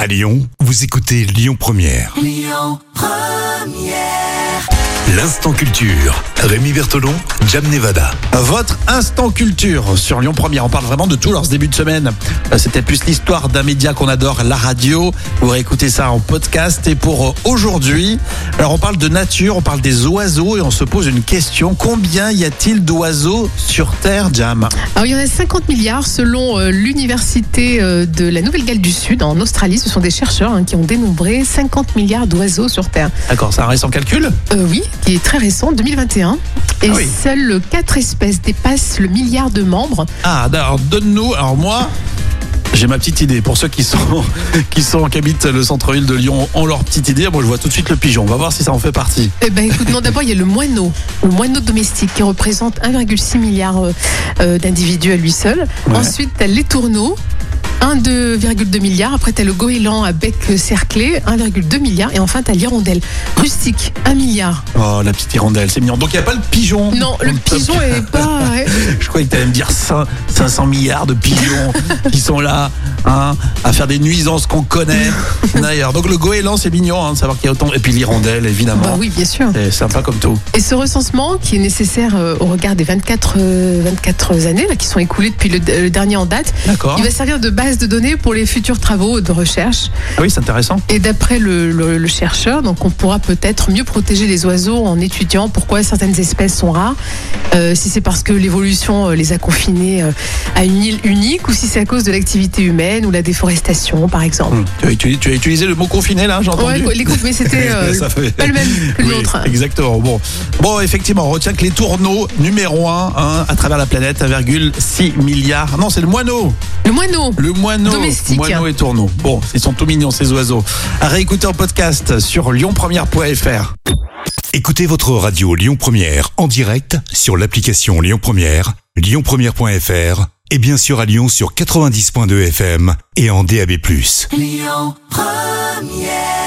À Lyon, vous écoutez Lyon Première. Lyon Première. L'instant culture. Rémi Bertolon, Jam Nevada. Votre instant culture sur Lyon Première. On parle vraiment de tout leur début de semaine. C'était plus l'histoire d'un média qu'on adore, la radio. Vous réécoutez ça en podcast. Et pour aujourd'hui, alors on parle de nature, on parle des oiseaux et on se pose une question. Combien y a-t-il d'oiseaux sur Terre, Jam? Alors, il y en a 50 milliards selon l'université de la Nouvelle-Galles du Sud en Australie. Ce sont des chercheurs qui ont dénombré 50 milliards d'oiseaux sur Terre. D'accord, c'est un récent calcul? Oui, qui est très récent, 2021. Et Ah oui. seules 4 espèces dépassent le milliard de membres. Ah, alors donne-nous. Alors moi, j'ai ma petite idée. Pour ceux qui habitent le centre-ville de Lyon, ont leur petite idée. Moi, je vois tout de suite le pigeon. On va voir si ça en fait partie. Eh ben, écoute, non, d'abord, il y a le moineau domestique qui représente 1,6 milliard d'individus à lui seul. Ouais. Ensuite, tu as les tourneaux. 1,2 milliard. Après, tu as le goéland à bec cerclé, 1,2 milliard. Et enfin, tu as l'hirondelle rustique, 1 milliard. Oh, la petite hirondelle, c'est mignon. Donc, il n'y a pas le pigeon. Non, le pigeon est pas... Je croyais que tu allais me dire 500 milliards de pigeons qui sont là, à faire des nuisances qu'on connaît. D'ailleurs, donc le goéland, c'est mignon, de savoir qu'il y a autant. Et puis l'hirondelle, évidemment. Bah oui, bien sûr. C'est sympa comme tout. Et ce recensement, qui est nécessaire au regard des 24 années là, qui sont écoulées depuis le dernier en date, D'accord. il va servir de base de données pour les futurs travaux de recherche. Ah oui, c'est intéressant. Et d'après le chercheur, donc on pourra peut-être mieux protéger les oiseaux en étudiant pourquoi certaines espèces sont rares, si c'est parce que l'évolution les a confinés à une île unique ou si c'est à cause de l'activité humaine ou la déforestation, par exemple. Tu as utilisé le mot confiné là, j'ai entendu. Ouais, mais c'était Ça fait- pas le même que Oui, l'autre. exactement. Bon, effectivement, on retient que les tourneaux, numéro 1, à travers la planète, 1,6 milliard. Non, c'est le moineau. Le moineau. Le moineau. Domestique. Moineau et tourneau. Bon, ils sont tout mignons, ces oiseaux. À réécouter en podcast sur lyonpremière.fr. Écoutez votre radio Lyon Première en direct sur l'application Lyon Première, lyonpremière.fr et bien sûr à Lyon sur 90.2 FM et en DAB+. Lyon Première.